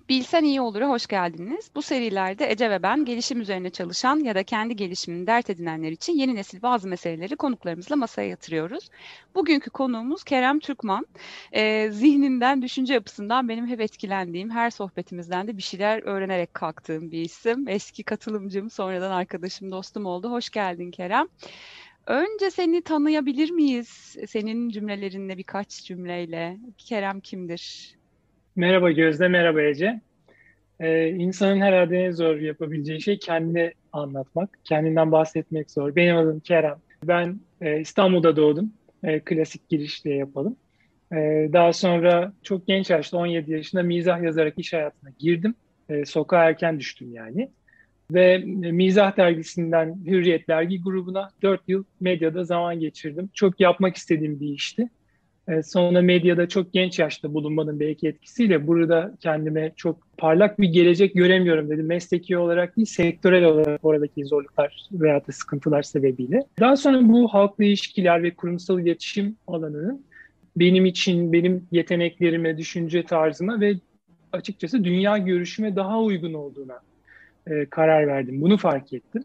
Bilsen iyi olur'a hoş geldiniz. Bu serilerde Ece ve ben gelişim üzerine çalışan ya da kendi gelişimini dert edinenler için yeni nesil bazı meseleleri konuklarımızla masaya yatırıyoruz. Bugünkü konuğumuz Kerem Türkman. Zihninden, düşünce yapısından benim hep etkilendiğim, her sohbetimizden de bir şeyler öğrenerek kalktığım bir isim. Eski katılımcım, sonradan arkadaşım, dostum oldu. Hoş geldin Kerem. Önce seni tanıyabilir miyiz? Senin cümlelerinle, birkaç cümleyle. Kerem kimdir? Merhaba Gözde, merhaba Ece. İnsanın herhalde en zor yapabileceği şey kendini anlatmak, kendinden bahsetmek zor. Benim adım Kerem. Ben İstanbul'da doğdum. Klasik girişle yapalım. Daha sonra çok genç yaşta 17 yaşında mizah yazarak iş hayatına girdim. Sokağa erken düştüm yani. Ve Mizah dergisinden Hürriyet dergi grubuna 4 yıl medyada zaman geçirdim. Çok yapmak istediğim bir işti. Sonra medyada çok genç yaşta bulunmanın belki etkisiyle burada kendime çok parlak bir gelecek göremiyorum dedim. Mesleki olarak değil, sektörel olarak oradaki zorluklar veya da sıkıntılar sebebiyle. Daha sonra bu halkla ilişkiler ve kurumsal iletişim alanının benim için, benim yeteneklerime, düşünce tarzıma ve açıkçası dünya görüşüme daha uygun olduğuna karar verdim. Bunu fark ettim.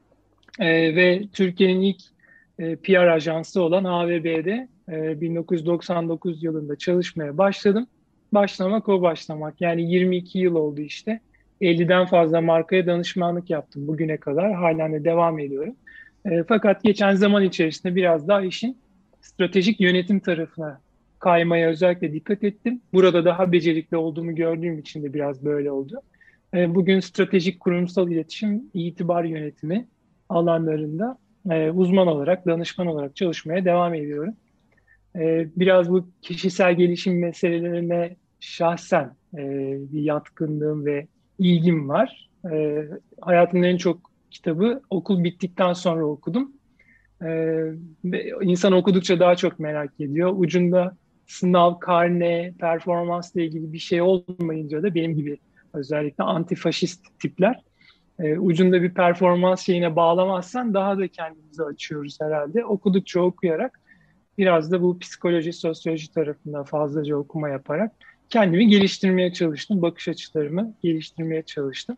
Ve Türkiye'nin ilk PR ajansı olan AVB'de 1999 yılında çalışmaya başladım. Başlamak o başlamak. Yani 22 yıl oldu işte. 50'den fazla markaya danışmanlık yaptım bugüne kadar. Halen de devam ediyorum. Fakat geçen zaman içerisinde biraz daha işin stratejik yönetim tarafına kaymaya özellikle dikkat ettim. Burada daha becerikli olduğumu gördüğüm için de biraz böyle oldu. Bugün stratejik kurumsal iletişim, itibar yönetimi alanlarında uzman olarak, danışman olarak çalışmaya devam ediyorum. Biraz bu kişisel gelişim meselelerine şahsen bir yatkınlığım ve ilgim var. Hayatımın en çok kitabı okul bittikten sonra okudum. İnsan okudukça daha çok merak ediyor. Ucunda sınav, karne, performansla ilgili bir şey olmayınca da benim gibi özellikle antifaşist tipler ucunda bir performans şeyine bağlamazsan daha da kendimizi açıyoruz herhalde. Okudukça okuyarak biraz da bu psikoloji, sosyoloji tarafında fazlaca okuma yaparak kendimi geliştirmeye çalıştım. Bakış açılarımı geliştirmeye çalıştım.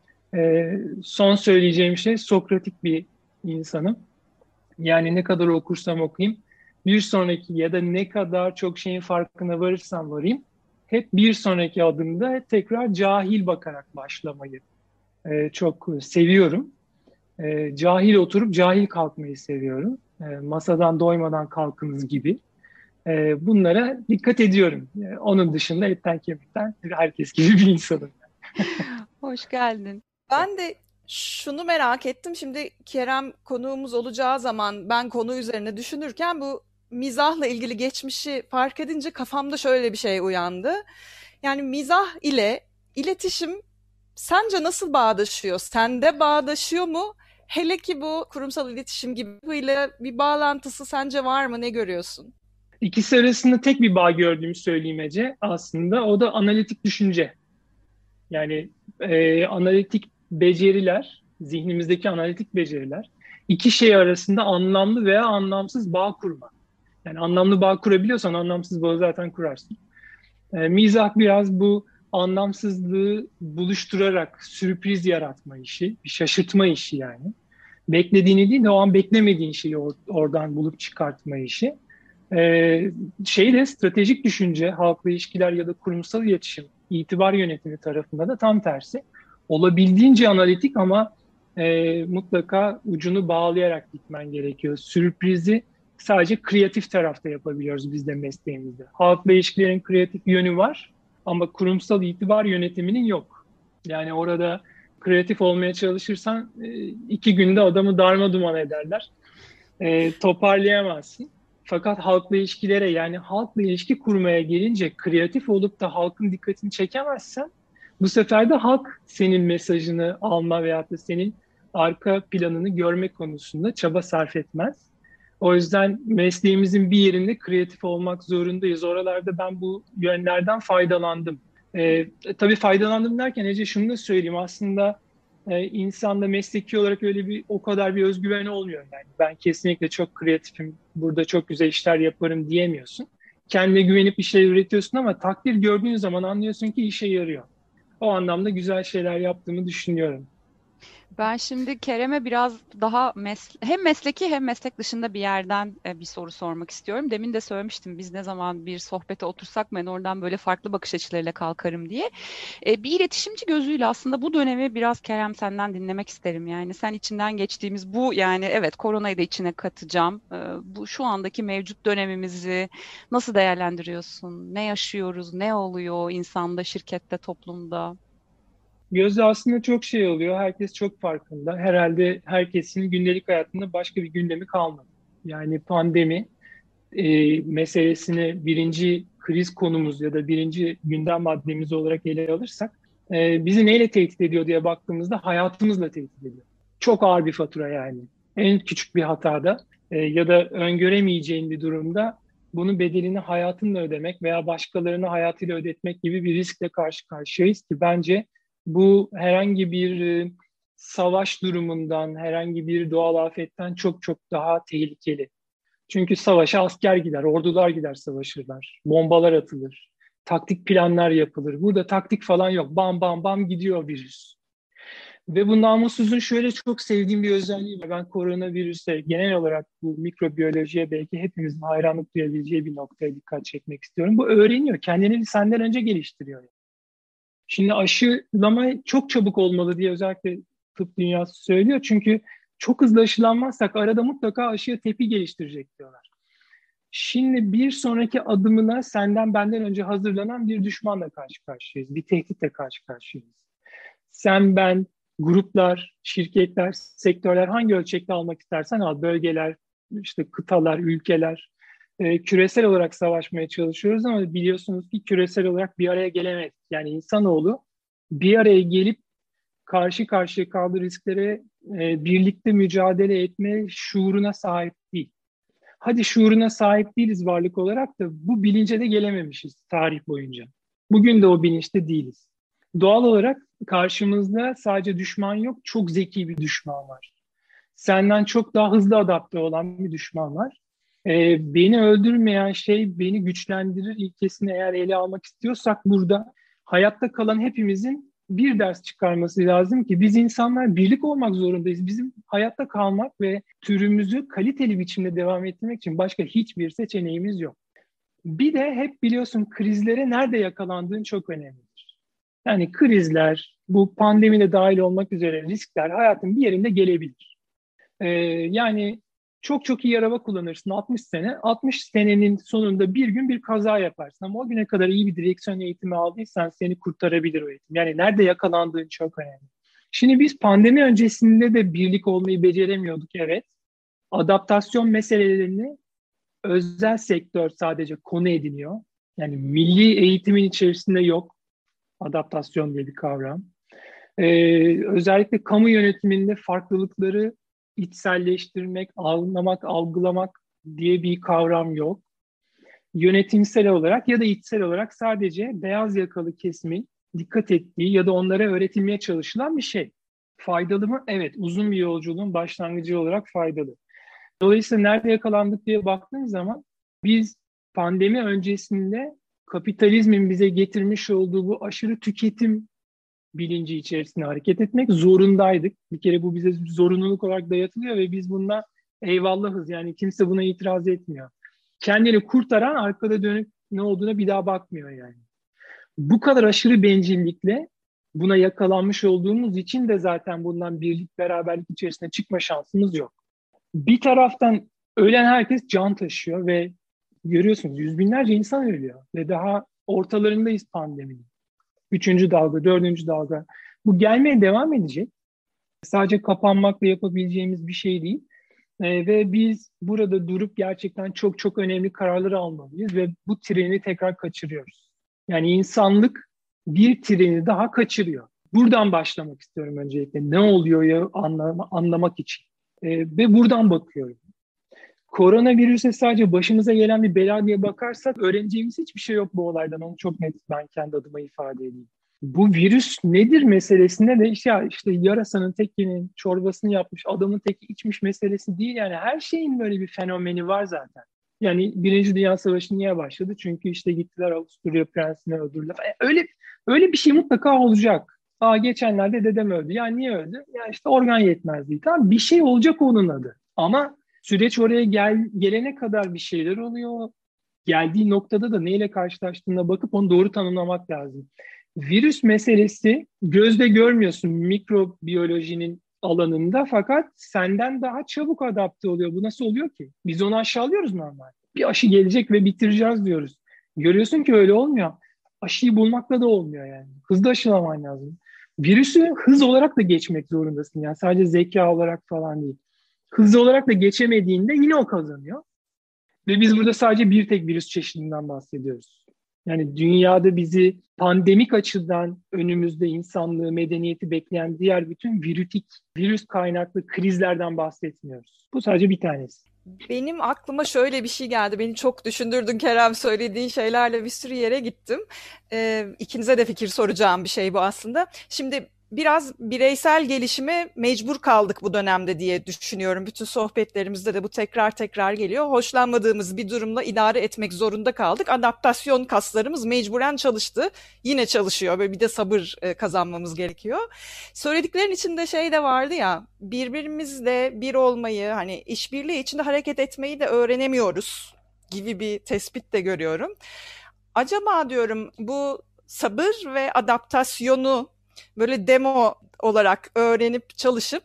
Son söyleyeceğim şey Sokratik bir insanım. Yani ne kadar okursam okuyayım, bir sonraki ya da ne kadar çok şeyin farkına varırsam varayım, hep bir sonraki adımda tekrar cahil bakarak başlamayı çok seviyorum. Cahil oturup cahil kalkmayı seviyorum. Masadan doymadan kalkınız gibi. Bunlara dikkat ediyorum. Onun dışında etten kemikten herkes gibi bir insanım. Hoş geldin. Ben de şunu merak ettim. Şimdi Kerem konuğumuz olacağı zaman ben konu üzerine düşünürken bu mizahla ilgili geçmişi fark edince kafamda şöyle bir şey uyandı. Yani mizah ile iletişim sence nasıl bağdaşıyor? Sende bağdaşıyor mu? Hele ki bu kurumsal iletişim gibi ile bir bağlantısı sence var mı? Ne görüyorsun? İkisi arasında tek bir bağ gördüğümü söyleyeyim Ece. Aslında o da analitik düşünce. Yani analitik beceriler, zihnimizdeki analitik beceriler, iki şey arasında anlamlı veya anlamsız bağ kurma. Yani anlamlı bağ kurabiliyorsan anlamsız bağı zaten kurarsın. Mizah biraz bu anlamsızlığı buluşturarak sürpriz yaratma işi, bir şaşırtma işi yani. Beklediğini değil de o an beklemediğin şeyi oradan bulup çıkartma işi. Şey de stratejik düşünce, halkla ilişkiler ya da kurumsal iletişim, itibar yönetimi tarafında da tam tersi. Olabildiğince analitik ama mutlaka ucunu bağlayarak gitmen gerekiyor. Sürprizi sadece kreatif tarafta yapabiliyoruz biz de mesleğimizde. Halkla ilişkilerin kreatif yönü var ama kurumsal itibar yönetiminin yok. Yani orada kreatif olmaya çalışırsan 2 günde adamı darma duman ederler. Toparlayamazsın. Fakat halkla ilişkilere yani halkla ilişki kurmaya gelince kreatif olup da halkın dikkatini çekemezsen bu sefer de halk senin mesajını alma veyahut da senin arka planını görme konusunda çaba sarf etmez. O yüzden mesleğimizin bir yerinde kreatif olmak zorundayız. Oralarda ben bu yönlerden faydalandım. Tabii faydalandım derken Ece şunu da söyleyeyim. Aslında insanda mesleki olarak öyle bir o kadar bir özgüven olmuyor yani. Ben kesinlikle çok kreatifim, burada çok güzel işler yaparım diyemiyorsun. Kendine güvenip bir şeyler üretiyorsun ama takdir gördüğün zaman anlıyorsun ki işe yarıyor. O anlamda güzel şeyler yaptığımı düşünüyorum. Ben şimdi Kerem'e biraz daha hem mesleki hem meslek dışında bir yerden bir soru sormak istiyorum. Demin de söylemiştim, biz ne zaman bir sohbete otursak ben oradan böyle farklı bakış açılarıyla kalkarım diye. Bir iletişimci gözüyle aslında bu dönemi biraz Kerem senden dinlemek isterim. Yani sen içinden geçtiğimiz bu, yani evet, koronayı da içine katacağım. Bu şu andaki mevcut dönemimizi nasıl değerlendiriyorsun? Ne yaşıyoruz? Ne oluyor insanda, şirkette, toplumda? Gözde aslında çok şey oluyor. Herkes çok farkında. Herhalde herkesin gündelik hayatında başka bir gündemi kalmadı. Yani pandemi meselesini birinci kriz konumuz ya da birinci gündem maddemiz olarak ele alırsak bizi neyle tehdit ediyor diye baktığımızda hayatımızla tehdit ediyor. Çok ağır bir fatura yani. En küçük bir hatada ya da öngöremeyeceğin bir durumda bunun bedelini hayatınla ödemek veya başkalarına hayatıyla ödetmek gibi bir riskle karşı karşıyayız ki bence bu herhangi bir savaş durumundan, herhangi bir doğal afetten çok çok daha tehlikeli. Çünkü savaşa asker gider, ordular gider savaşırlar. Bombalar atılır, taktik planlar yapılır. Burada taktik falan yok. Bam bam bam gidiyor virüs. Ve bu namussuzun şöyle çok sevdiğim bir özelliği var. Ben koronavirüse genel olarak bu mikrobiyolojiye belki hepimizin hayranlık duyabileceği bir noktaya dikkat çekmek istiyorum. Bu öğreniyor. Kendini senden önce geliştiriyor. Şimdi aşılama çok çabuk olmalı diye özellikle tıp dünyası söylüyor. Çünkü çok hızlı aşılanmazsak arada mutlaka aşıya tepki geliştirecek diyorlar. Şimdi bir sonraki adımına senden benden önce hazırlanan bir düşmanla karşı karşıyayız. Bir tehditle karşı karşıyayız. Sen, ben, gruplar, şirketler, sektörler hangi ölçekte almak istersen al. Bölgeler, işte kıtalar, ülkeler. Küresel olarak savaşmaya çalışıyoruz ama biliyorsunuz ki küresel olarak bir araya gelemedik. Yani insanoğlu bir araya gelip karşı karşıya kaldığı risklere birlikte mücadele etme şuuruna sahip değil. Hadi şuuruna sahip değiliz varlık olarak da bu bilince de gelememişiz tarih boyunca. Bugün de o bilinçte değiliz. Doğal olarak karşımızda sadece düşman yok, çok zeki bir düşman var. Senden çok daha hızlı adapte olan bir düşman var. Beni öldürmeyen şey beni güçlendirir ilkesini eğer ele almak istiyorsak burada hayatta kalan hepimizin bir ders çıkarması lazım ki biz insanlar birlik olmak zorundayız. Bizim hayatta kalmak ve türümüzü kaliteli biçimde devam ettirmek için başka hiçbir seçeneğimiz yok. Bir de hep biliyorsun krizlere nerede yakalandığın çok önemlidir. Yani krizler, bu pandemide dahil olmak üzere riskler hayatın bir yerinde gelebilir. Yani çok çok iyi araba kullanırsın 60 sene. 60 senenin sonunda bir gün bir kaza yaparsın. Ama o güne kadar iyi bir direksiyon eğitimi aldıysan seni kurtarabilir o eğitim. Yani nerede yakalandığın çok önemli. Şimdi biz pandemi öncesinde de birlik olmayı beceremiyorduk, evet. Adaptasyon meselelerini özel sektör sadece konu ediniyor. Yani milli eğitimin içerisinde yok adaptasyon diye bir kavram. Özellikle kamu yönetiminde farklılıkları içselleştirmek, anlamak, algılamak diye bir kavram yok. Yönetimsel olarak ya da içsel olarak sadece beyaz yakalı kesimin dikkat ettiği ya da onlara öğretilmeye çalışılan bir şey. Faydalı mı? Evet, uzun bir yolculuğun başlangıcı olarak faydalı. Dolayısıyla nerede yakalandık diye baktığım zaman biz pandemi öncesinde kapitalizmin bize getirmiş olduğu bu aşırı tüketim bilinci içerisinde hareket etmek zorundaydık. Bir kere bu bize zorunluluk olarak dayatılıyor ve biz bundan eyvallahız. Yani kimse buna itiraz etmiyor. Kendini kurtaran arkada dönüp ne olduğuna bir daha bakmıyor yani. Bu kadar aşırı bencillikle buna yakalanmış olduğumuz için de zaten bundan birlik beraberlik içerisine çıkma şansımız yok. Bir taraftan ölen herkes can taşıyor ve görüyorsunuz yüz binlerce insan ölüyor ve daha ortalarındayız pandeminin. Üçüncü dalga, dördüncü dalga. Bu gelmeye devam edecek. Sadece kapanmakla yapabileceğimiz bir şey değil. Ve biz burada durup gerçekten çok çok önemli kararlar almalıyız ve bu treni tekrar kaçırıyoruz. Yani insanlık bir treni daha kaçırıyor. Buradan başlamak istiyorum öncelikle. Ne oluyor ya anlamak için. Ve buradan bakıyorum. Koronavirüse sadece başımıza gelen bir bela diye bakarsak öğreneceğimiz hiçbir şey yok bu olaydan. Onu çok net ben kendi adıma ifade edeyim. Bu virüs nedir meselesinde de işte yarasanın tekinin çorbasını yapmış, adamın teki içmiş meselesi değil. Yani her şeyin böyle bir fenomeni var zaten. Yani Birinci Dünya Savaşı niye başladı? Çünkü işte gittiler Avusturya prensini öldürdüler. Öyle bir şey mutlaka olacak. Geçenlerde dedem öldü. Ya niye öldü? Ya işte organ yetmezliği. Tamam, bir şey olacak onun adı. Ama süreç oraya gelene kadar bir şeyler oluyor. Geldiği noktada da neyle karşılaştığına bakıp onu doğru tanımlamak lazım. Virüs meselesi gözle görmüyorsun mikrobiyolojinin alanında, fakat senden daha çabuk adapte oluyor. Bu nasıl oluyor ki? Biz onu aşağılıyoruz normal. Bir aşı gelecek ve bitireceğiz diyoruz. Görüyorsun ki öyle olmuyor. Aşıyı bulmakla da olmuyor yani. Hızlı aşılaman lazım. Virüsü hız olarak da geçmek zorundasın. Yani sadece zeka olarak falan değil. Hızlı olarak da geçemediğinde yine o kazanıyor. Ve biz burada sadece bir tek virüs çeşidinden bahsediyoruz. Yani dünyada bizi pandemik açıdan önümüzde insanlığı, medeniyeti bekleyen diğer bütün virüs kaynaklı krizlerden bahsetmiyoruz. Bu sadece bir tanesi. Benim aklıma şöyle bir şey geldi. Beni çok düşündürdün Kerem, söylediğin şeylerle bir sürü yere gittim. İkinize de fikir soracağım bir şey bu aslında. Şimdi biraz bireysel gelişime mecbur kaldık bu dönemde diye düşünüyorum. Bütün sohbetlerimizde de bu tekrar geliyor. Hoşlanmadığımız bir durumla idare etmek zorunda kaldık. Adaptasyon kaslarımız mecburen çalıştı. Yine çalışıyor. Böyle bir de sabır kazanmamız gerekiyor. Söylediklerin içinde şey de vardı ya, birbirimizle bir olmayı, hani işbirliği içinde hareket etmeyi de öğrenemiyoruz gibi bir tespit de görüyorum. Acaba diyorum bu sabır ve adaptasyonu böyle demo olarak öğrenip çalışıp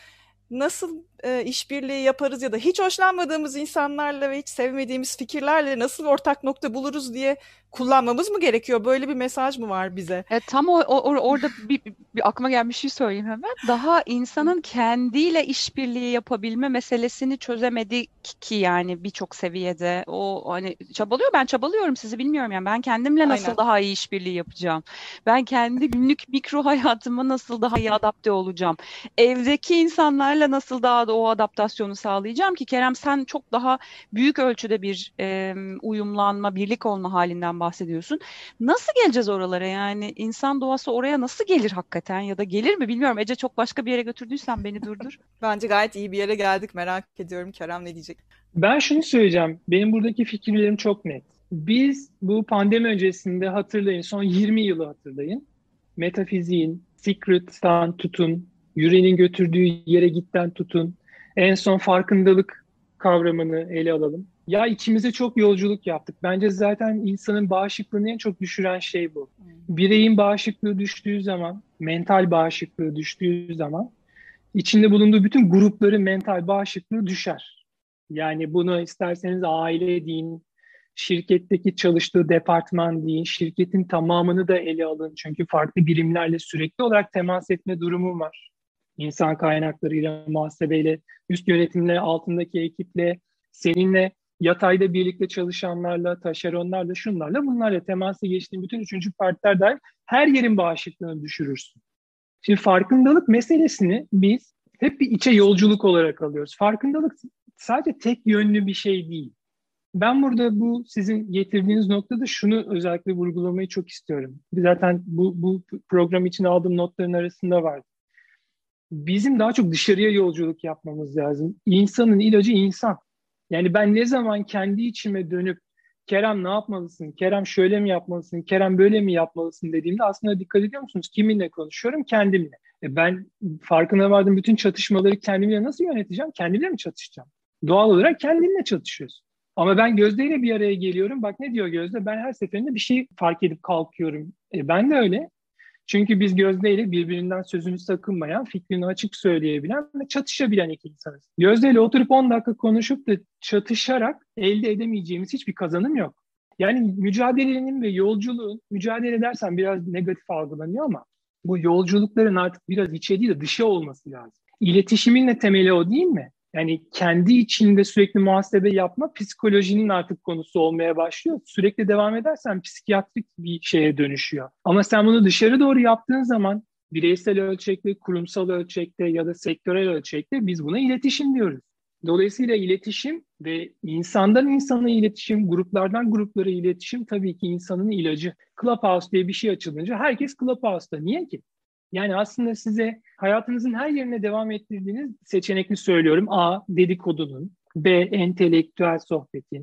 nasıl işbirliği yaparız ya da hiç hoşlanmadığımız insanlarla ve hiç sevmediğimiz fikirlerle nasıl ortak nokta buluruz diye kullanmamız mı gerekiyor? Böyle bir mesaj mı var bize? Tam orada bir aklıma gelmiş bir şey söyleyeyim hemen. Daha insanın kendiyle işbirliği yapabilme meselesini çözemedik ki yani birçok seviyede. O hani ben çabalıyorum, sizi bilmiyorum yani. Ben kendimle nasıl Aynen. daha iyi işbirliği yapacağım? Ben kendi günlük mikro hayatıma nasıl daha iyi adapte olacağım? Evdeki insanlarla nasıl daha da o adaptasyonu sağlayacağım ki? Kerem, sen çok daha büyük ölçüde bir uyumlanma, birlik olma halinden bahsediyorsun. Nasıl geleceğiz oralara yani? İnsan doğası oraya nasıl gelir hakikaten, ya da gelir mi bilmiyorum. Ece, çok başka bir yere götürdüysen beni durdur. Bence gayet iyi bir yere geldik. Merak ediyorum Kerem ne diyecek? Ben şunu söyleyeceğim. Benim buradaki fikirlerim çok net. Biz bu pandemi öncesinde hatırlayın, son 20 yılı hatırlayın. Metafiziğin, Secret'tan tutun, yüreğin götürdüğü yere gitten tutun. En son farkındalık kavramını ele alalım. Ya içimize çok yolculuk yaptık. Bence zaten insanın bağışıklığını en çok düşüren şey bu. Bireyin bağışıklığı düştüğü zaman, mental bağışıklığı düştüğü zaman içinde bulunduğu bütün grupların mental bağışıklığı düşer. Yani bunu isterseniz aile deyin, şirketteki çalıştığı departman deyin, şirketin tamamını da ele alın. Çünkü farklı birimlerle sürekli olarak temas etme durumu var. İnsan kaynaklarıyla, muhasebeyle, üst yönetimle, altındaki ekiple, seninle, yatayda birlikte çalışanlarla, taşeronlarla, şunlarla, bunlarla temasa geçtiğin bütün üçüncü partiler dahil her yerin bağışıklığını düşürürsün. Şimdi farkındalık meselesini biz hep bir içe yolculuk olarak alıyoruz. Farkındalık sadece tek yönlü bir şey değil. Ben burada bu sizin getirdiğiniz noktada şunu özellikle vurgulamayı çok istiyorum. Zaten bu program için aldığım notların arasında var. Bizim daha çok dışarıya yolculuk yapmamız lazım. İnsanın ilacı insan. Yani ben ne zaman kendi içime dönüp Kerem ne yapmalısın, Kerem şöyle mi yapmalısın, Kerem böyle mi yapmalısın dediğimde aslında dikkat ediyor musunuz? Kiminle konuşuyorum? Kendimle. Ben farkına vardım, bütün çatışmaları kendimle nasıl yöneteceğim? Kendimle mi çatışacağım? Doğal olarak kendimle çatışıyorsun. Ama ben Gözde ile bir araya geliyorum. Bak ne diyor Gözde? Ben her seferinde bir şey fark edip kalkıyorum. Ben de öyle. Çünkü biz Gözde ile birbirinden sözünü sakınmayan, fikrini açık söyleyebilen ve çatışabilen iki insanız. Gözde ile oturup 10 dakika konuşup da çatışarak elde edemeyeceğimiz hiçbir kazanım yok. Yani mücadelenin ve yolculuğun, mücadele edersen biraz negatif algılanıyor ama bu yolculukların artık biraz içe değil de dışa olması lazım. İletişimin de temeli o değil mi? Yani kendi içinde sürekli muhasebe yapma psikolojinin artık konusu olmaya başlıyor. Sürekli devam edersen psikiyatrik bir şeye dönüşüyor. Ama sen bunu dışarı doğru yaptığın zaman bireysel ölçekte, kurumsal ölçekte ya da sektörel ölçekte biz buna iletişim diyoruz. Dolayısıyla iletişim ve insandan insana iletişim, gruplardan gruplara iletişim tabii ki insanın ilacı. Clubhouse diye bir şey açılınca herkes Clubhouse'da. Niye ki? Yani aslında size hayatınızın her yerine devam ettirdiğiniz seçenekli söylüyorum. A, dedikodunun, B, entelektüel sohbetin,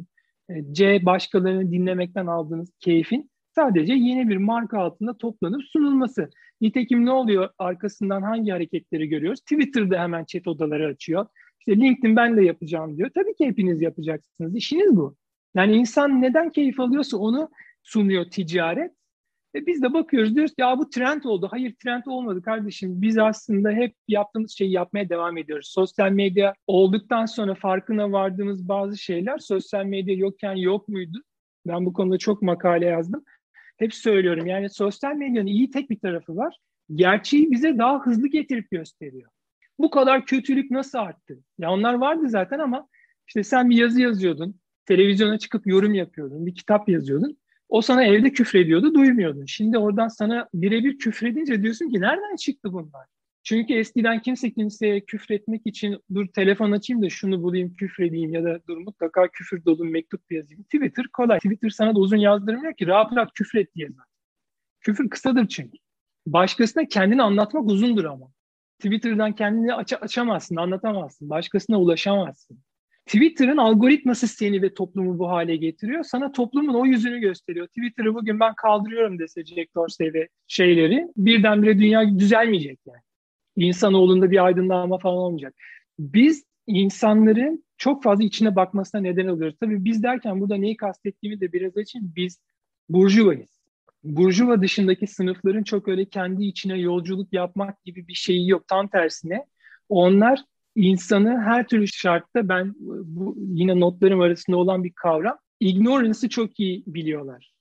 C, başkalarını dinlemekten aldığınız keyfin sadece yeni bir marka altında toplanıp sunulması. Nitekim ne oluyor? Arkasından hangi hareketleri görüyoruz? Twitter'da hemen chat odaları açıyor. İşte LinkedIn ben de yapacağım diyor. Tabii ki hepiniz yapacaksınız. İşiniz bu. Yani insan neden keyif alıyorsa onu sunuyor ticaret. Ve biz de bakıyoruz, diyoruz ki ya bu trend oldu. Hayır, trend olmadı kardeşim. Biz aslında hep yaptığımız şeyi yapmaya devam ediyoruz. Sosyal medya olduktan sonra farkına vardığımız bazı şeyler sosyal medya yokken yok muydu? Ben bu konuda çok makale yazdım. Hep söylüyorum, yani sosyal medyanın iyi tek bir tarafı var. Gerçeği bize daha hızlı getirip gösteriyor. Bu kadar kötülük nasıl arttı? Ya onlar vardı zaten ama işte sen bir yazı yazıyordun, televizyona çıkıp yorum yapıyordun, bir kitap yazıyordun. O sana evde küfrediyordu, duymuyordun. Şimdi oradan sana birebir küfredince diyorsun ki nereden çıktı bunlar? Çünkü eskiden kimse kimseye küfretmek için dur telefon açayım da şunu bulayım küfredeyim ya da dur mutlaka küfür dolu mektup yazayım. Twitter kolay. Twitter sana da uzun yazdırmıyor ki rahat rahat küfret diye zaten. Küfür kısadır çünkü. Başkasına kendini anlatmak uzundur ama. Twitter'dan kendini açamazsın, anlatamazsın. Başkasına ulaşamazsın. Twitter'ın algoritması seni ve toplumu bu hale getiriyor. Sana toplumun o yüzünü gösteriyor. Twitter'ı bugün ben kaldırıyorum dese Jack Dorsey ve şeyleri, birdenbire dünya düzelmeyecek yani. İnsanoğlunda bir aydınlanma falan olmayacak. Biz insanların çok fazla içine bakmasına neden oluyoruz. Tabii biz derken burada neyi kastettiğimi de biraz açayım. Biz burjuvayız. Burjuva dışındaki sınıfların çok öyle kendi içine yolculuk yapmak gibi bir şeyi yok. Tam tersine onlar insanı her türlü şartta, ben bu yine notlarım arasında olan bir kavram, ignorance'ı çok iyi biliyorlar.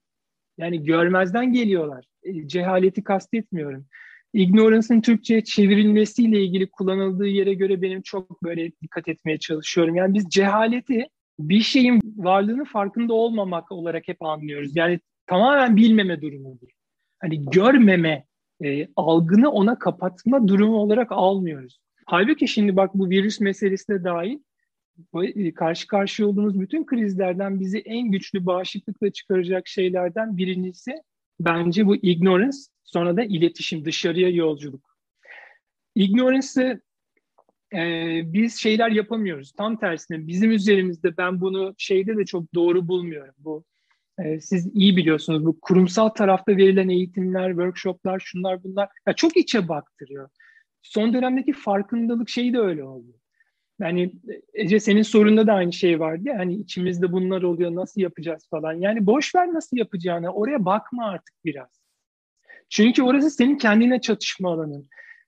Yani görmezden geliyorlar. Cehaleti kastetmiyorum. Ignorance'ın Türkçe'ye çevrilmesiyle ilgili kullanıldığı yere göre benim çok böyle dikkat etmeye çalışıyorum. Yani biz cehaleti bir şeyin varlığının farkında olmamak olarak hep anlıyoruz. Yani tamamen bilmeme durumudur. Hani görmeme, algını ona kapatma durumu olarak almıyoruz. Halbuki şimdi bak, bu virüs meselesi de dahil, karşı karşıya olduğumuz bütün krizlerden bizi en güçlü bağışıklıkla çıkaracak şeylerden birincisi bence bu ignorance, sonra da iletişim, dışarıya yolculuk. Ignorance'ı biz şeyler yapamıyoruz. Tam tersine bizim üzerimizde, ben bunu şeyde de çok doğru bulmuyorum. Bu siz iyi biliyorsunuz, bu kurumsal tarafta verilen eğitimler, workshoplar, şunlar bunlar ya çok içe baktırıyor. Son dönemdeki farkındalık şeyi de öyle oldu. Yani Ece, senin sorunda da aynı şey vardı ya, hani içimizde bunlar oluyor, nasıl yapacağız falan. Yani boş ver nasıl yapacağını, oraya bakma artık biraz. Çünkü orası senin kendine çatışma alanın.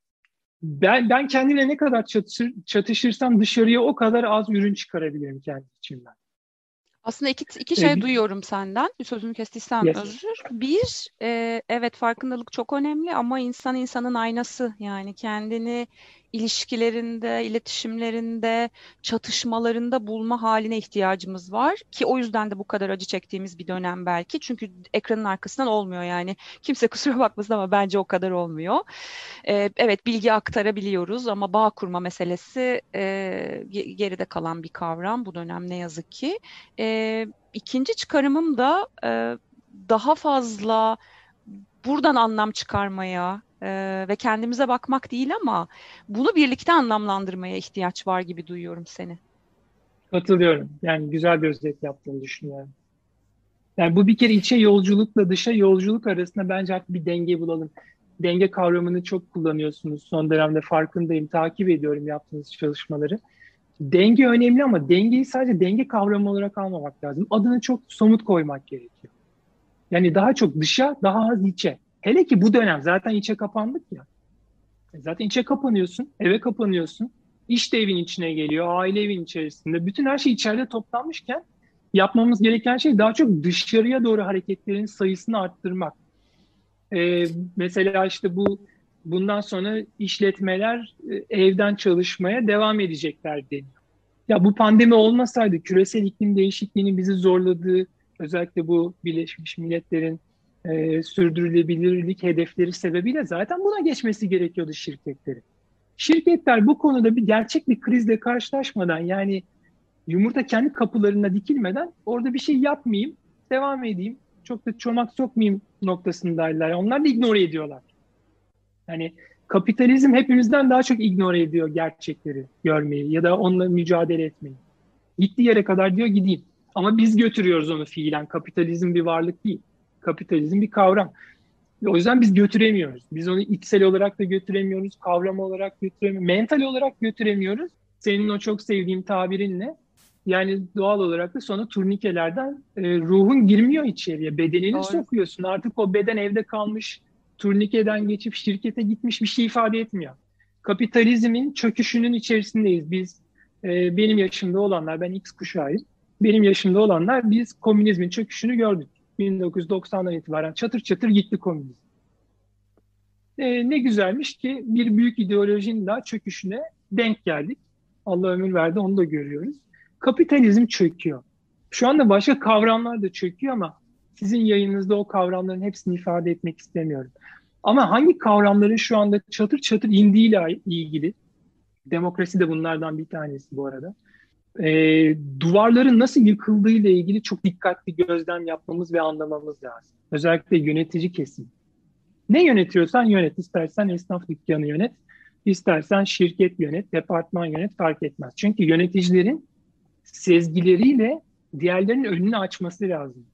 Ben kendimle ne kadar çatışırsam dışarıya o kadar az ürün çıkarabilirim kendi içimden. Aslında iki şey duyuyorum senden. Bir sözünü kestiysem Yes. özür. Bir, evet farkındalık çok önemli ama insan insanın aynası. Yani kendini ilişkilerinde, iletişimlerinde, çatışmalarında bulma haline ihtiyacımız var. Ki o yüzden de bu kadar acı çektiğimiz bir dönem belki. Çünkü ekranın arkasından olmuyor yani. Kimse kusura bakmasın ama bence o kadar olmuyor. Evet, bilgi aktarabiliyoruz ama bağ kurma meselesi geride kalan bir kavram bu dönem ne yazık ki. İkinci çıkarımım da daha fazla buradan anlam çıkarmaya ve kendimize bakmak değil ama bunu birlikte anlamlandırmaya ihtiyaç var gibi duyuyorum seni. Katılıyorum. Yani güzel bir özet yaptığını düşünüyorum. Yani bu bir kere içe yolculukla dışa yolculuk arasında bence artık bir denge bulalım. Denge kavramını çok kullanıyorsunuz. Son dönemde farkındayım, takip ediyorum yaptığınız çalışmaları. Denge önemli ama dengeyi sadece denge kavramı olarak almamak lazım. Adını çok somut koymak gerekiyor. Yani daha çok dışa, daha az içe. Hele ki bu dönem zaten içe kapandık ya. Zaten içe kapanıyorsun, eve kapanıyorsun. İş de evin içine geliyor, aile evin içerisinde. Bütün her şey içeride toplanmışken yapmamız gereken şey daha çok dışarıya doğru hareketlerin sayısını arttırmak. Mesela işte bundan sonra işletmeler evden çalışmaya devam edecekler deniyor. Ya bu pandemi olmasaydı, küresel iklim değişikliğinin bizi zorladığı, özellikle bu Birleşmiş Milletler'in sürdürülebilirlik hedefleri sebebiyle zaten buna geçmesi gerekiyordu şirketlerin. Şirketler bu konuda gerçek bir krizle karşılaşmadan, yani yumurta kendi kapılarına dikilmeden orada bir şey yapmayayım, devam edeyim, çok da çomak sokmayayım noktasındaydılar. Onlar da ignore ediyorlar. Yani kapitalizm hepimizden daha çok ignore ediyor gerçekleri görmeyi ya da onunla mücadele etmeyi. Gittiği yere kadar diyor gideyim. Ama biz götürüyoruz onu fiilen. Kapitalizm bir varlık değil. Kapitalizm bir kavram. O yüzden biz götüremiyoruz. Biz onu içsel olarak da götüremiyoruz, kavram olarak götüremiyoruz, mental olarak götüremiyoruz. Senin o çok sevdiğim tabirinle. Yani doğal olarak da sonra turnikelerden ruhun girmiyor içeriye. Bedenini Doğru. sokuyorsun. Artık o beden evde kalmış, turnikeden geçip şirkete gitmiş, bir şey ifade etmiyor. Kapitalizmin çöküşünün içerisindeyiz. Biz, benim yaşımda olanlar, ben X kuşağıyım. Benim yaşımda olanlar biz komünizmin çöküşünü gördük. 1990'dan itibaren çatır çatır gitti komünizm. Ne güzelmiş ki bir büyük ideolojinin daha çöküşüne denk geldik. Allah ömür verdi, onu da görüyoruz. Kapitalizm çöküyor. Şu anda başka kavramlar da çöküyor ama sizin yayınınızda o kavramların hepsini ifade etmek istemiyorum. Ama hangi kavramların şu anda çatır çatır indiğiyle ilgili, demokrasi de bunlardan bir tanesi bu arada, duvarların nasıl yıkıldığıyla ilgili çok dikkatli gözlem yapmamız ve anlamamız lazım. Özellikle yönetici kesim. Ne yönetiyorsan yönet. İstersen esnaf dükkanı yönet, istersen şirket yönet, departman yönet, fark etmez. Çünkü yöneticilerin sezgileriyle diğerlerinin önünü açması lazım.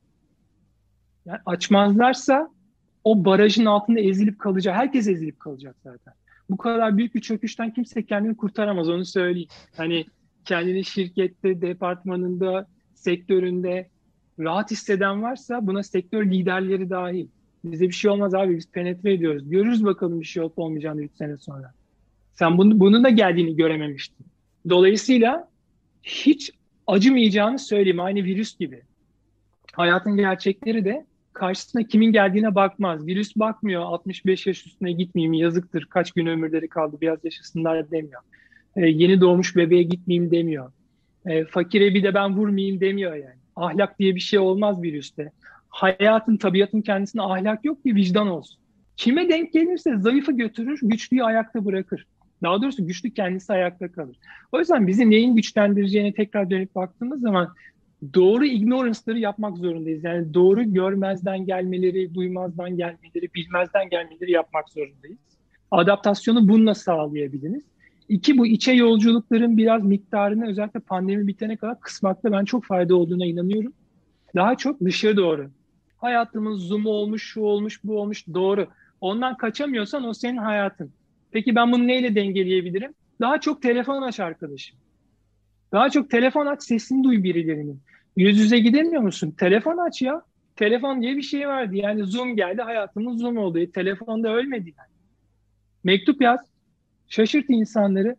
Yani açmazlarsa o barajın altında ezilip kalacak. Herkes ezilip kalacak zaten. Bu kadar büyük bir çöküşten kimse kendini kurtaramaz, onu söyleyeyim. Hani kendini şirkette, departmanında, sektöründe rahat hisseden varsa buna sektör liderleri dahil. Bize bir şey olmaz abi, biz penetre ediyoruz. Görürüz bakalım bir şey olup olmayacağını 3 sene sonra. Sen bunun da geldiğini görememiştin. Dolayısıyla hiç acımayacağını söyleyeyim, aynı virüs gibi. Hayatın gerçekleri de karşısına kimin geldiğine bakmaz. Virüs bakmıyor, 65 yaş üstüne gitmeyeyim, yazıktır, kaç gün ömürleri kaldı, biraz yaşasınlar demiyor. Yeni doğmuş bebeğe gitmeyeyim demiyor. Fakire bir de ben vurmayayım demiyor yani. Ahlak diye bir şey olmaz virüste. Hayatın, tabiatın kendisine ahlak yok ki vicdan olsun. Kime denk gelirse zayıfı götürür, güçlüyü ayakta bırakır. Daha doğrusu güçlü kendisi ayakta kalır. O yüzden bizi neyin güçlendireceğine tekrar dönüp baktığımız zaman doğru ignorance'ları yapmak zorundayız. Yani doğru görmezden gelmeleri, duymazdan gelmeleri, bilmezden gelmeleri yapmak zorundayız. Adaptasyonu bununla sağlayabiliriz. İki, bu içe yolculukların biraz miktarını özellikle pandemi bitene kadar kısmakta ben çok fayda olduğuna inanıyorum. Daha çok dışa doğru. Hayatımız Zoom olmuş, şu olmuş, bu olmuş, doğru. Ondan kaçamıyorsan o senin hayatın. Peki ben bunu neyle dengeleyebilirim? Daha çok telefon aç arkadaşım. Daha çok telefon aç, sesini duy birilerinin. Yüz yüze gidemiyor musun? Telefon aç ya. Telefon diye bir şey vardı. Yani Zoom geldi, hayatımız Zoom oldu. Telefonda ölmedi yani. Mektup yaz. Şaşırt insanları.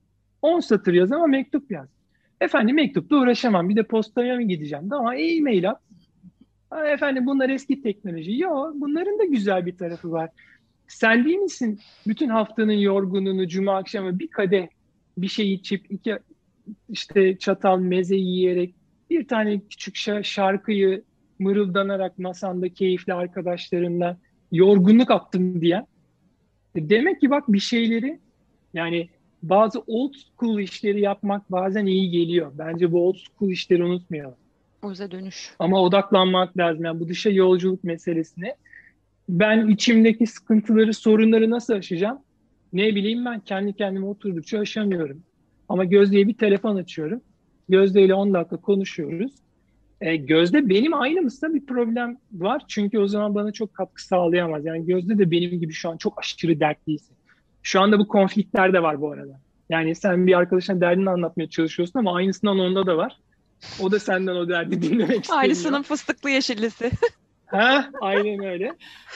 10 satır yaz ama mektup yaz. Efendim mektupla uğraşamam. Bir de postaya mı gideceğim? Tamam, e-mail at. Ha, efendim bunlar eski teknoloji. Yok, bunların da güzel bir tarafı var. Sen değil misin bütün haftanın yorgunluğunu cuma akşamı bir kadeh bir şey içip iki işte çatal meze yiyerek bir tane küçük şarkıyı mırıldanarak masanda keyifli arkadaşlarınla yorgunluk attım diyen. Demek ki bak bir şeyleri, yani bazı old school işleri yapmak bazen iyi geliyor. Bence bu old school işleri unutmayalım. O yüzden dönüş. Ama odaklanmak lazım. Yani bu dışa yolculuk meselesine. Ben içimdeki sıkıntıları, sorunları nasıl aşacağım? Ne bileyim, ben kendi kendime oturdukça aşamıyorum. Ama Gözde'ye bir telefon açıyorum. Gözde ile 10 dakika konuşuyoruz. Gözde benim aynımızda bir problem var. Çünkü o zaman bana çok katkı sağlayamaz. Yani Gözde de benim gibi şu an çok aşırı dertliyse. Şu anda bu konfliktler de var bu arada. Yani sen bir arkadaşına derdini anlatmaya çalışıyorsun ama aynısından onda da var. O da senden o derdi dinlemek istemiyor. Aynısının fıstıklı yeşillisi. Ha, aynen öyle.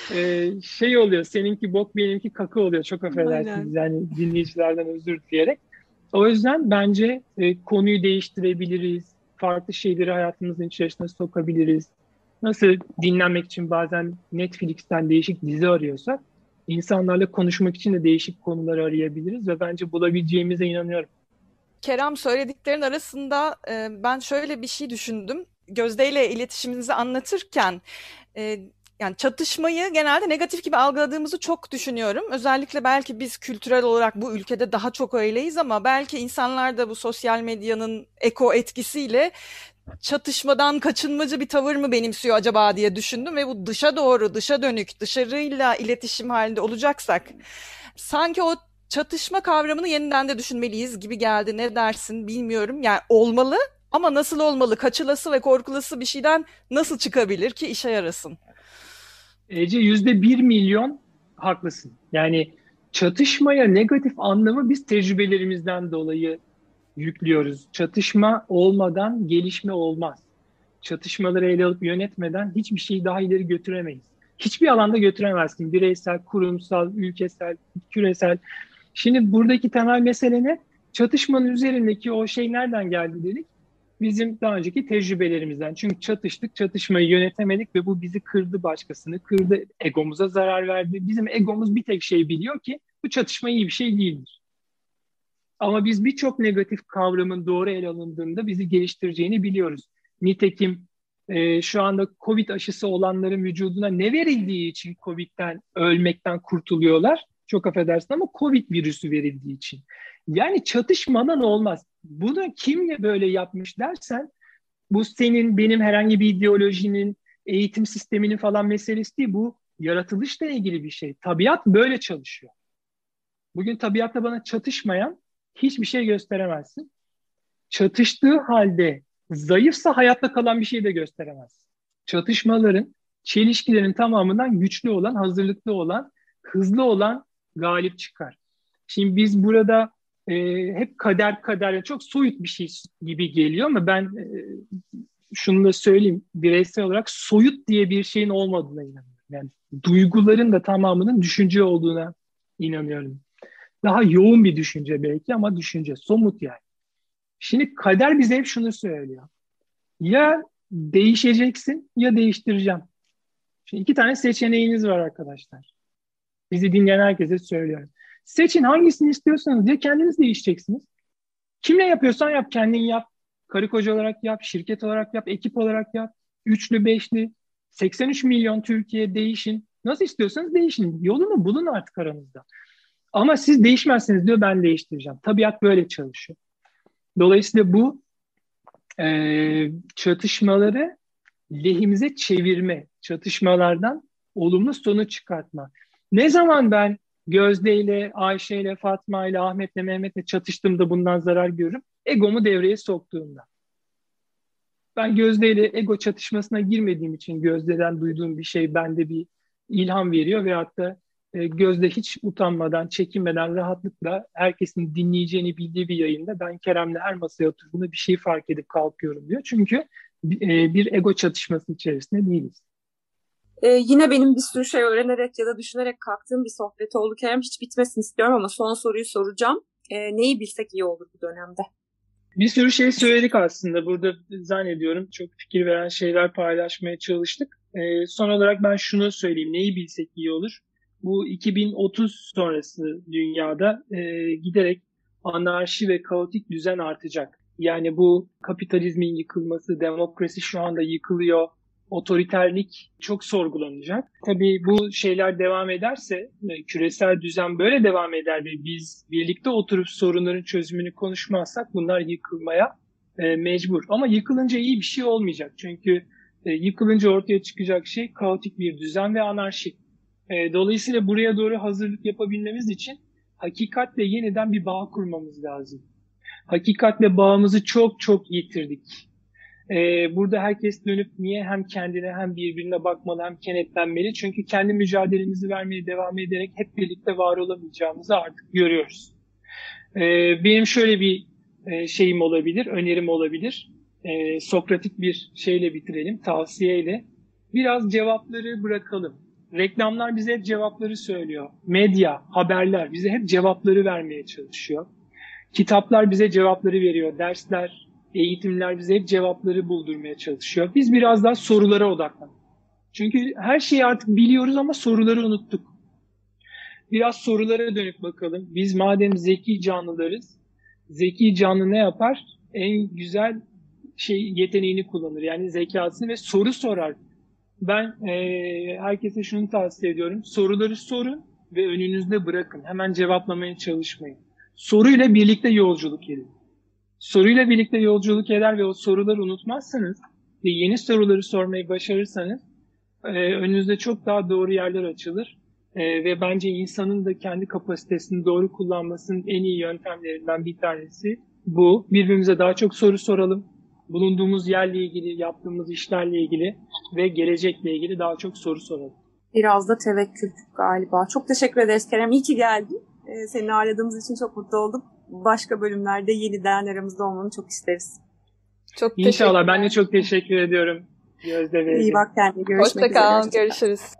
Şey oluyor, seninki bok benimki kakı oluyor. Çok affedersiniz yani, dinleyicilerden özür dileyerek. O yüzden bence konuyu değiştirebiliriz. Farklı şeyleri hayatımızın içerisine sokabiliriz. Nasıl dinlenmek için bazen Netflix'ten değişik dizi arıyorsak, insanlarla konuşmak için de değişik konuları arayabiliriz ve bence bulabileceğimize inanıyorum. Kerem, söylediklerin arasında ben şöyle bir şey düşündüm. Gözde ile iletişimimizi anlatırken yani çatışmayı genelde negatif gibi algıladığımızı çok düşünüyorum. Özellikle belki biz kültürel olarak bu ülkede daha çok öyleyiz ama belki insanlar da bu sosyal medyanın eko etkisiyle çatışmadan kaçınmacı bir tavır mı benimsiyor acaba diye düşündüm ve bu dışa doğru, dışa dönük, dışarıyla iletişim halinde olacaksak sanki o çatışma kavramını yeniden de düşünmeliyiz gibi geldi. Ne dersin bilmiyorum. Yani olmalı Ama nasıl olmalı? Kaçılası ve korkulası bir şeyden nasıl çıkabilir ki işe yarasın? Ece %1 milyon haklısın. Yani çatışmaya negatif anlamı biz tecrübelerimizden dolayı yüklüyoruz. Çatışma olmadan gelişme olmaz. Çatışmaları ele alıp yönetmeden hiçbir şeyi daha ileri götüremeyiz. Hiçbir alanda götüremezsin. Bireysel, kurumsal, ülkesel, küresel. Şimdi buradaki temel mesele ne? Çatışmanın üzerindeki o şey nereden geldi dedik? Bizim daha önceki tecrübelerimizden. Çünkü çatıştık, çatışmayı yönetemedik ve bu bizi kırdı, başkasını kırdı, egomuza zarar verdi. Bizim egomuz bir tek şey biliyor ki bu çatışma iyi bir şey değildir. Ama biz birçok negatif kavramın doğru ele alındığında bizi geliştireceğini biliyoruz. Nitekim şu anda COVID aşısı olanların vücuduna ne verildiği için COVID'den ölmekten kurtuluyorlar. Çok affedersin ama COVID virüsü verildiği için. Yani çatışmadan olmaz. Bunu kimle böyle yapmış dersen bu senin benim herhangi bir ideolojinin, eğitim sisteminin falan meselesi değil. Bu yaratılışla ilgili bir şey. Tabiat böyle çalışıyor. Bugün tabiatta bana çatışmayan hiçbir şey gösteremezsin. Çatıştığı halde zayıfsa hayatta kalan bir şey de gösteremez. Çatışmaların, çelişkilerin tamamından güçlü olan, hazırlıklı olan, hızlı olan galip çıkar. Şimdi biz burada hep kader kader çok soyut bir şey gibi geliyor ama ben şunu da söyleyeyim. Bireysel olarak soyut diye bir şeyin olmadığına inanıyorum. Yani duyguların da tamamının düşünce olduğuna inanıyorum. Daha yoğun bir düşünce belki ama düşünce, somut yani. Şimdi kader bize hep şunu söylüyor. Ya değişeceksin ya değiştireceğim. Şimdi iki tane seçeneğiniz var arkadaşlar. Bizi dinleyen herkese söylüyorum. Seçin hangisini istiyorsanız ya kendiniz değişeceksiniz. Kimle yapıyorsan yap, kendin yap. Karı koca olarak yap, şirket olarak yap, ekip olarak yap. Üçlü, beşli, 83 milyon Türkiye değişin. Nasıl istiyorsanız değişin. Yolunu bulun artık aranızda. Ama siz değişmezseniz diyor ben değiştireceğim. Tabiat böyle çalışıyor. Dolayısıyla bu çatışmaları lehimize çevirme, çatışmalardan olumlu sonuç çıkartma. Ne zaman ben Gözde ile, Ayşe ile, Fatma ile, Ahmet ile, Mehmet ile çatıştığımda bundan zarar görürüm? Egomu devreye soktuğumda. Ben Gözde ile ego çatışmasına girmediğim için Gözde'den duyduğum bir şey bende bir ilham veriyor veyahut da Gözde hiç utanmadan, çekinmeden, rahatlıkla herkesin dinleyeceğini bildiği bir yayında ben Kerem'le her masaya oturduğumda bir şey fark edip kalkıyorum diyor. Çünkü bir ego çatışması içerisinde değiliz. Yine benim bir sürü şey öğrenerek ya da düşünerek kalktığım bir sohbet oldu Kerem. Hiç bitmesin istiyorum ama son soruyu soracağım. Neyi bilsek iyi olur bu dönemde? Bir sürü şey söyledik aslında. Burada zannediyorum çok fikir veren şeyler paylaşmaya çalıştık. Son olarak ben şunu söyleyeyim. Neyi bilsek iyi olur? Bu 2030 sonrası dünyada giderek anarşi ve kaotik düzen artacak. Yani bu kapitalizmin yıkılması, demokrasi şu anda yıkılıyor, otoriterlik çok sorgulanacak. Tabii bu şeyler devam ederse, küresel düzen böyle devam eder ve biz birlikte oturup sorunların çözümünü konuşmazsak bunlar yıkılmaya mecbur. Ama yıkılınca iyi bir şey olmayacak. Çünkü yıkılınca ortaya çıkacak şey kaotik bir düzen ve anarşi. Dolayısıyla buraya doğru hazırlık yapabilmemiz için hakikatle yeniden bir bağ kurmamız lazım. Hakikatle bağımızı çok çok yitirdik. Burada herkes dönüp niye hem kendine hem birbirine bakmalı hem kenetlenmeli. Çünkü kendi mücadelemizi vermeye devam ederek hep birlikte var olamayacağımızı artık görüyoruz. Benim şöyle bir şeyim olabilir, önerim olabilir. Sokratik bir şeyle bitirelim, tavsiyeyle. Biraz cevapları bırakalım. Reklamlar bize hep cevapları söylüyor. Medya, haberler bize hep cevapları vermeye çalışıyor. Kitaplar bize cevapları veriyor. Dersler, eğitimler bize hep cevapları buldurmaya çalışıyor. Biz biraz daha sorulara odaklanalım. Çünkü her şeyi artık biliyoruz ama soruları unuttuk. Biraz sorulara dönüp bakalım. Biz madem zeki canlılarız, zeki canlı ne yapar? En güzel yeteneğini kullanır. Yani zekasını ve soru sorar. Ben herkese şunu tavsiye ediyorum. Soruları sorun ve önünüzde bırakın. Hemen cevaplamaya çalışmayın. Soruyla birlikte yolculuk edin. Soruyla birlikte yolculuk eder ve o soruları unutmazsanız ve yeni soruları sormayı başarırsanız önünüzde çok daha doğru yerler açılır. Ve bence insanın da kendi kapasitesini doğru kullanmasının en iyi yöntemlerinden bir tanesi bu. Birbirimize daha çok soru soralım. bulunduğumuz yerle ilgili, yaptığımız işlerle ilgili ve gelecekle ilgili daha çok soru soralım. Biraz da tevekkül galiba. Çok teşekkür ederiz Kerem. İyi ki geldin. Seni ağırladığımız için çok mutlu oldum. Başka bölümlerde yeniden aramızda olmanı çok isteriz. Çok İnşallah. Ben de çok teşekkür ediyorum. Gözde ve İyi bak kendine. Görüşmek üzere. Hoşça kal. Görüşürüz.